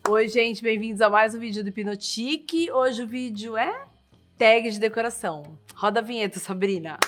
Oi, gente, bem-vindos a mais um vídeo do Hipnotique. Hoje o vídeo é tag de decoração. Roda a vinheta, Sabrina.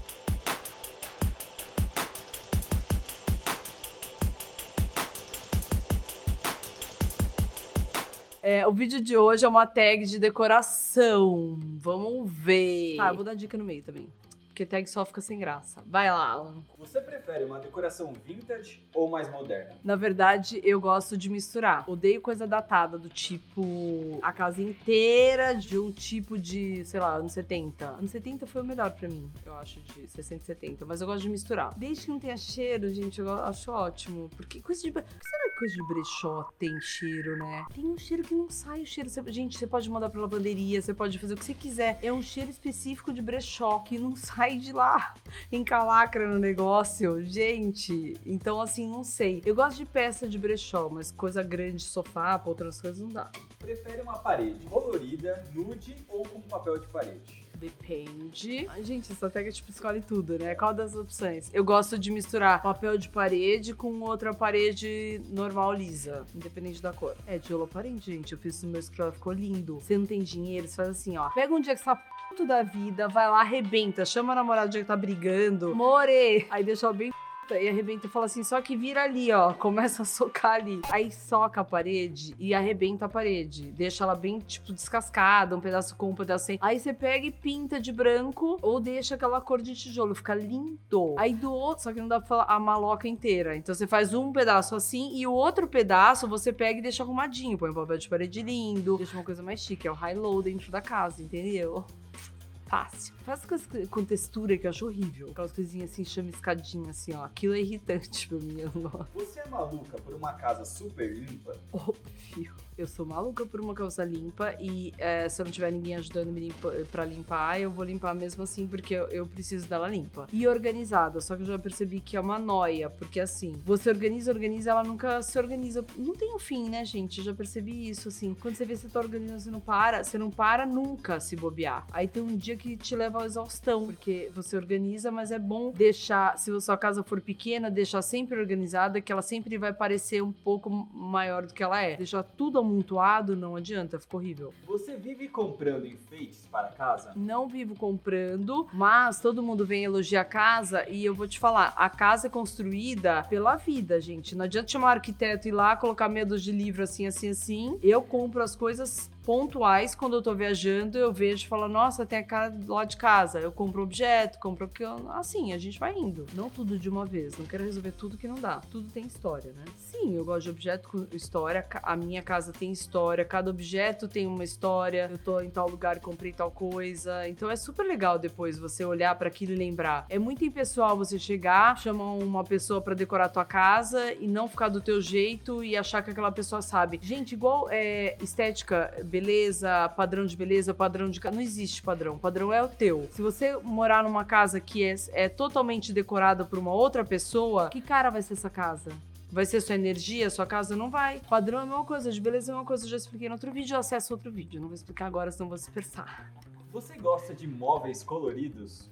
O vídeo de hoje é uma tag de decoração. Vamos ver. Tá, eu vou dar dica no meio também. Porque tag só fica sem graça. Vai lá, Alan. Você prefere uma decoração vintage ou mais moderna? Na verdade, eu gosto de misturar. Odeio coisa datada, do tipo a casa inteira de um tipo de, sei lá, anos 70. Anos 70 foi o melhor pra mim, eu acho, de 60 e 70. Mas eu gosto de misturar. Desde que não tenha cheiro, gente, eu acho ótimo. Porque coisa de... Por que será que coisa de brechó tem cheiro, né? Tem um cheiro que não sai o cheiro. Gente, você pode mandar pra lavanderia, você pode fazer o que você quiser. É um cheiro específico de brechó que não sai de lá, encalacra no negócio, gente. Então, assim, não sei. Eu gosto de peça de brechó, mas coisa grande, sofá, pra outras coisas não dá. Prefere uma parede colorida, nude ou com papel de parede? Depende. Ai, gente, essa tag tipo escolhe tudo, né? Qual das opções? Eu gosto de misturar papel de parede com outra parede normal lisa, independente da cor. É tijolo aparente, gente. Eu fiz isso no meu escritório, ficou lindo. Você não tem dinheiro, você faz assim, ó. Pega um dia que você tá puto da vida, vai lá, arrebenta, chama a namorada do dia que tá brigando, more! Aí deixa bem e arrebenta e fala assim, só que vira ali, ó, começa a socar ali. Aí soca a parede e arrebenta a parede. Deixa ela bem, tipo, descascada, um pedaço com um pedaço sem. Aí você pega e pinta de branco ou deixa aquela cor de tijolo, fica lindo. Aí do outro, só que não dá pra falar a maloca inteira. Então você faz um pedaço assim e o outro pedaço você pega e deixa arrumadinho. Põe um papel de parede lindo, deixa uma coisa mais chique, é o high-low dentro da casa, entendeu? Fácil. Faz coisas com textura que eu acho horrível. Aquelas coisinhas assim, chamiscadinhas assim, ó. Aquilo é irritante pra mim, eu não gosto. Você é maluca por uma casa super limpa? Óbvio. Eu sou maluca por uma calça limpa e se eu não tiver ninguém ajudando pra limpar, eu vou limpar mesmo assim, porque eu preciso dela limpa. E organizada, só que eu já percebi que é uma noia, porque assim, você organiza, ela nunca se organiza. Não tem um fim, né, gente? Eu já percebi isso, assim. Quando você vê que você tá organizando, você não para nunca se bobear. Aí tem um dia que te leva à exaustão, porque você organiza, mas é bom deixar, se a sua casa for pequena, deixar sempre organizada, que ela sempre vai parecer um pouco maior do que ela é. Deixar tudo amontoado não adianta, fica horrível. Você vive comprando enfeites para casa? Não vivo comprando, mas todo mundo vem elogiar a casa e eu vou te falar, a casa é construída pela vida, gente. Não adianta chamar um arquiteto e ir lá, colocar meia dúzia de livro assim, assim, assim. Eu compro as coisas pontuais, quando eu tô viajando, eu vejo e falo, nossa, tem a cara lá de casa. Eu compro objeto, compro aquilo. Assim, a gente vai indo. Não tudo de uma vez. Não quero resolver tudo que não dá. Tudo tem história, né? Sim, eu gosto de objeto com história. A minha casa tem história. Cada objeto tem uma história. Eu tô em tal lugar e comprei tal coisa. Então é super legal depois você olhar pra aquilo e lembrar. É muito impessoal você chegar, chamar uma pessoa pra decorar a tua casa e não ficar do teu jeito e achar que aquela pessoa sabe. Gente, igual estética, beleza, padrão de beleza, padrão de casa. Não existe padrão. Padrão é o teu. Se você morar numa casa que é totalmente decorada por uma outra pessoa, que cara vai ser essa casa? Vai ser sua energia? Sua casa não vai. Padrão é a mesma coisa, de beleza é a mesma coisa. Eu já expliquei no outro vídeo, acessa outro vídeo. Não vou explicar agora, senão vou dispersar. Você gosta de móveis coloridos?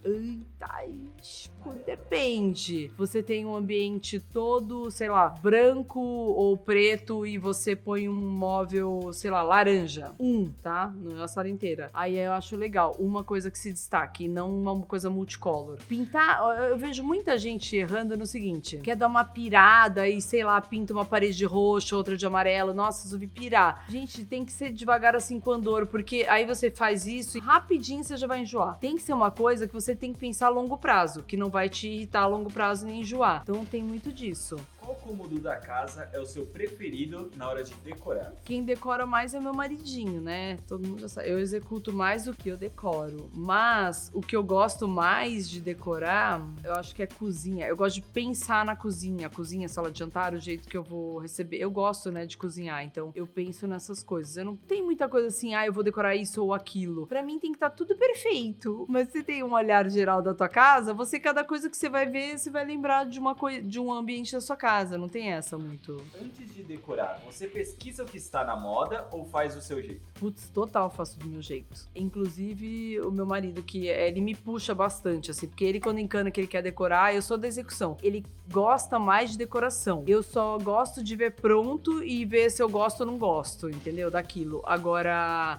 Depende. Você tem um ambiente todo, sei lá, branco ou preto e você põe um móvel, sei lá, laranja. Tá? Não é a sala inteira. Aí eu acho legal. Uma coisa que se destaque, não uma coisa multicolor. Pintar, eu vejo muita gente errando no seguinte, quer dar uma pirada e, sei lá, pinta uma parede de roxo, outra de amarelo. Nossa, resolvi pirar. Gente, tem que ser devagar assim com andor, porque aí você faz isso e rapidinho você já vai enjoar. Tem que ser uma coisa que você tem que pensar a longo prazo, que não vai te irritar a longo prazo nem enjoar. Então tem muito disso. Qual cômodo da casa é o seu preferido na hora de decorar? Quem decora mais é meu maridinho, né? Todo mundo já sabe. Eu executo mais do que eu decoro. Mas o que eu gosto mais de decorar, eu acho que é cozinha. Eu gosto de pensar na cozinha. Cozinha, sala de jantar, o jeito que eu vou receber. Eu gosto, né, de cozinhar. Então eu penso nessas coisas. Eu não tenho muita coisa assim, eu vou decorar isso ou aquilo. Pra mim tem que estar tudo perfeito. Mas se tem um olhar geral da tua casa, cada coisa que você vai ver, você vai lembrar de uma coisa, de um ambiente da sua casa. casa, não tem essa muito. Antes de decorar, você pesquisa o que está na moda ou faz do seu jeito? Putz, total faço do meu jeito. Inclusive, o meu marido, que ele me puxa bastante, assim, porque ele, quando encana que ele quer decorar, eu sou da execução. Ele gosta mais de decoração. Eu só gosto de ver pronto e ver se eu gosto ou não gosto, entendeu? Daquilo. Agora,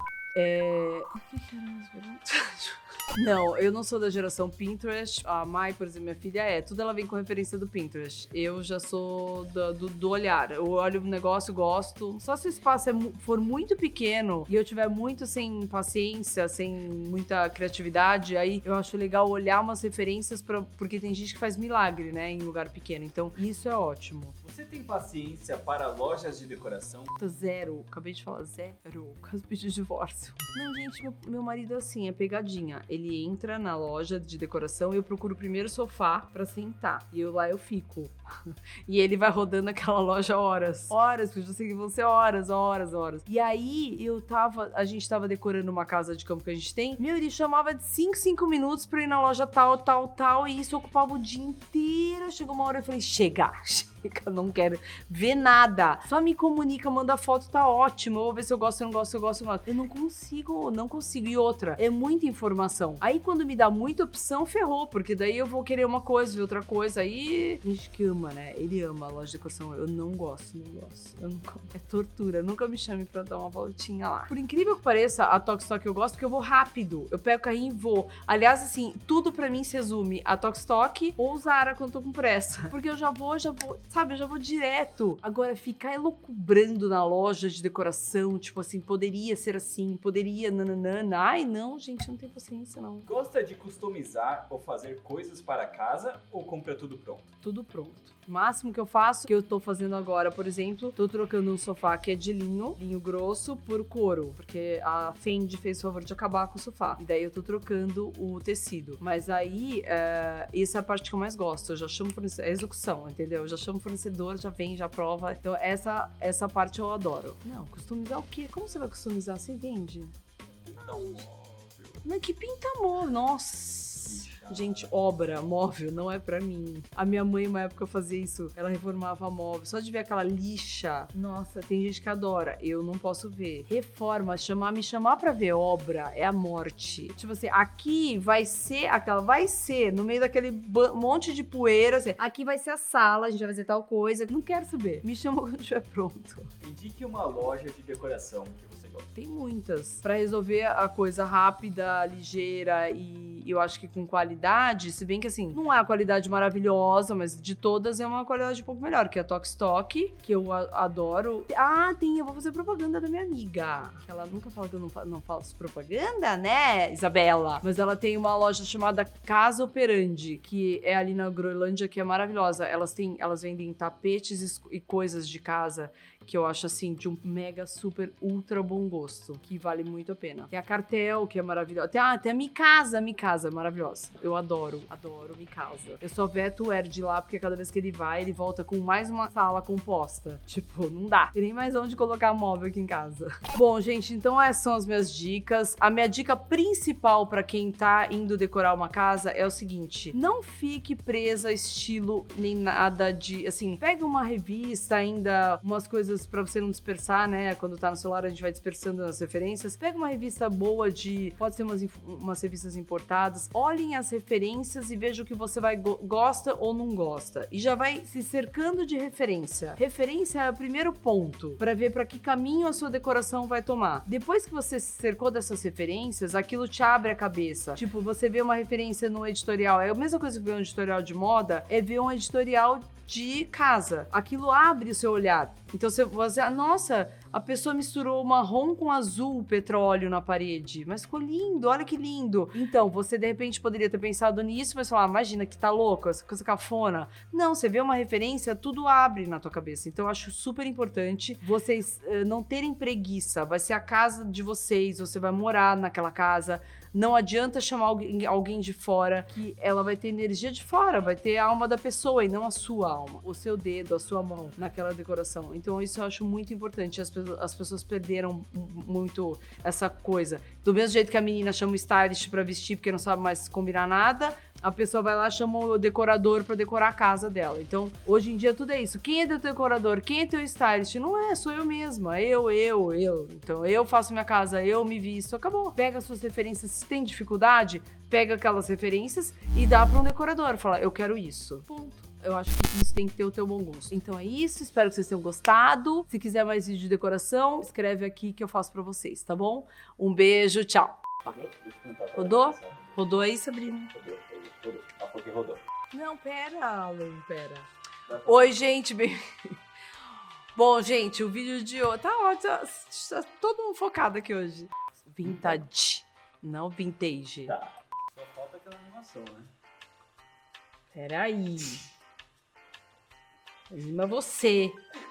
o que era isso? Não, eu não sou da geração Pinterest. A Mai, por exemplo, minha filha tudo ela vem com referência do Pinterest. Eu já sou do olhar. Eu olho o negócio, gosto. Só se o espaço for muito pequeno e eu tiver muito sem paciência, sem muita criatividade, aí eu acho legal olhar umas referências, porque tem gente que faz milagre, né, em lugar pequeno. Então, isso é ótimo. Você tem paciência para lojas de decoração? Zero. Acabei de falar zero. Caso pedir divórcio. Não, gente, meu marido é assim, é pegadinha. Ele entra na loja de decoração e eu procuro o primeiro sofá pra sentar. E lá eu fico. E ele vai rodando aquela loja horas. Horas, porque eu já sei que vão ser horas. E aí, a gente tava decorando uma casa de campo que a gente tem. Meu, ele chamava de 5 minutos pra ir na loja tal. E isso ocupava o dia inteiro. Chegou uma hora, eu falei, chega, não quero ver nada. Só me comunica, manda foto, tá ótimo. Eu vou ver se eu gosto, se eu não gosto, se eu gosto, se eu não gosto. Eu não consigo. E outra, é muita informação. Aí quando me dá muita opção, ferrou, porque daí eu vou querer uma coisa, ver outra coisa. Aí, gente que ama, né? Ele ama a loja de decoração. Eu não gosto. É tortura. Nunca me chame pra dar uma voltinha lá. Por incrível que pareça, a Tok Stock eu gosto porque eu vou rápido. Eu pego o carrinho e vou. Aliás, assim, tudo pra mim se resume a Tok Stock ou Zara quando eu tô com pressa. Porque eu já vou, sabe, eu já vou direto. Agora, ficar elucubrando na loja de decoração, tipo assim, poderia ser assim, poderia, nananana. Ai, não, gente, não tenho paciência, não. Gosta de customizar ou fazer coisas para casa ou compra tudo pronto? Tudo pronto. O máximo que eu faço, que eu tô fazendo agora, por exemplo, tô trocando um sofá que é de linho grosso por couro, porque a Fendi fez o favor de acabar com o sofá. E daí eu tô trocando o tecido. Mas aí, essa é a parte que eu mais gosto. Eu já chamo fornecedor, é execução, entendeu? Eu já chamo fornecedor, já vem, já prova. Então essa parte eu adoro. Não, customizar o quê? Como você vai customizar? Você vende? Não, que pinta amor, nossa. Gente, obra, móvel, não é pra mim. A minha mãe, uma época, fazia isso. Ela reformava móvel. Só de ver aquela lixa. Nossa, tem gente que adora. Eu não posso ver. Reforma, me chamar pra ver obra é a morte. Tipo assim, aqui vai ser no meio daquele monte de poeira. Assim, aqui vai ser a sala, a gente vai fazer tal coisa. Não quero saber. Me chama quando estiver pronto. Indique uma loja de decoração que você gosta. Tem muitas. Pra resolver a coisa rápida, ligeira e eu acho que com qualidade, se bem que assim, não é a qualidade maravilhosa, mas de todas é uma qualidade um pouco melhor, que é a Tok Stock, que eu adoro. Eu vou fazer propaganda da minha amiga. Ela nunca fala que eu não faço propaganda, né, Isabela? Mas ela tem uma loja chamada Casa Operandi, que é ali na Groenlândia, que é maravilhosa. Elas vendem tapetes e coisas de casa que eu acho, assim, de um mega, super, ultra bom gosto, que vale muito a pena. Tem a Cartel, que é maravilhosa. Tem a Micasa é maravilhosa. Eu adoro Micasa. Eu só veto o Erd lá, porque cada vez que ele vai, ele volta com mais uma sala composta. Tipo, não dá. Tem nem mais onde colocar móvel aqui em casa. Bom, gente, então essas são as minhas dicas. A minha dica principal pra quem tá indo decorar uma casa é o seguinte: não fique presa a estilo nem nada de, assim, pega uma revista ainda, umas coisas pra você não dispersar, né? Quando tá no celular, a gente vai dispersando nas referências. Pega uma revista boa pode ser umas revistas importadas. Olhem as referências e veja o que você gosta ou não gosta. E já vai se cercando de referência. Referência é o primeiro ponto pra ver pra que caminho a sua decoração vai tomar. Depois que você se cercou dessas referências, aquilo te abre a cabeça. Tipo, você vê uma referência no editorial. É a mesma coisa que ver um editorial de moda, é ver um editorial de casa. Aquilo abre o seu olhar. Então você, nossa, a pessoa misturou marrom com azul petróleo na parede, mas ficou lindo, olha que lindo. Então, você de repente poderia ter pensado nisso, mas falar, imagina que tá louco, essa coisa cafona. Não, você vê uma referência, tudo abre na tua cabeça. Então, eu acho super importante vocês não terem preguiça. Vai ser a casa de vocês, você vai morar naquela casa. Não adianta chamar alguém de fora, que ela vai ter energia de fora, vai ter a alma da pessoa e não a sua alma, o seu dedo, a sua mão naquela decoração. Então isso eu acho muito importante. As pessoas perderam muito essa coisa. Do mesmo jeito que a menina chama o stylist pra vestir porque não sabe mais combinar nada, a pessoa vai lá e chama o decorador pra decorar a casa dela. Então, hoje em dia tudo é isso. Quem é teu decorador? Quem é teu stylist? Não é, sou eu mesma. Eu. Então, eu faço minha casa, eu me visto, acabou. Pega as suas referências, se tem dificuldade, pega aquelas referências e dá pra um decorador. Fala, eu quero isso. Ponto. Eu acho que isso tem que ter o teu bom gosto. Então é isso, espero que vocês tenham gostado. Se quiser mais vídeo de decoração, escreve aqui que eu faço pra vocês, tá bom? Um beijo, tchau. Rodou? Rodou aí, Sabrina? Rodou. A pouco rodou. Não, pera, Alan, pera. Oi, gente. Bom, gente, o vídeo de hoje tá ótimo. Tá todo mundo focado aqui hoje. Vintage, não vintage. Tá. Só falta aquela animação, né? Peraí. Anima você.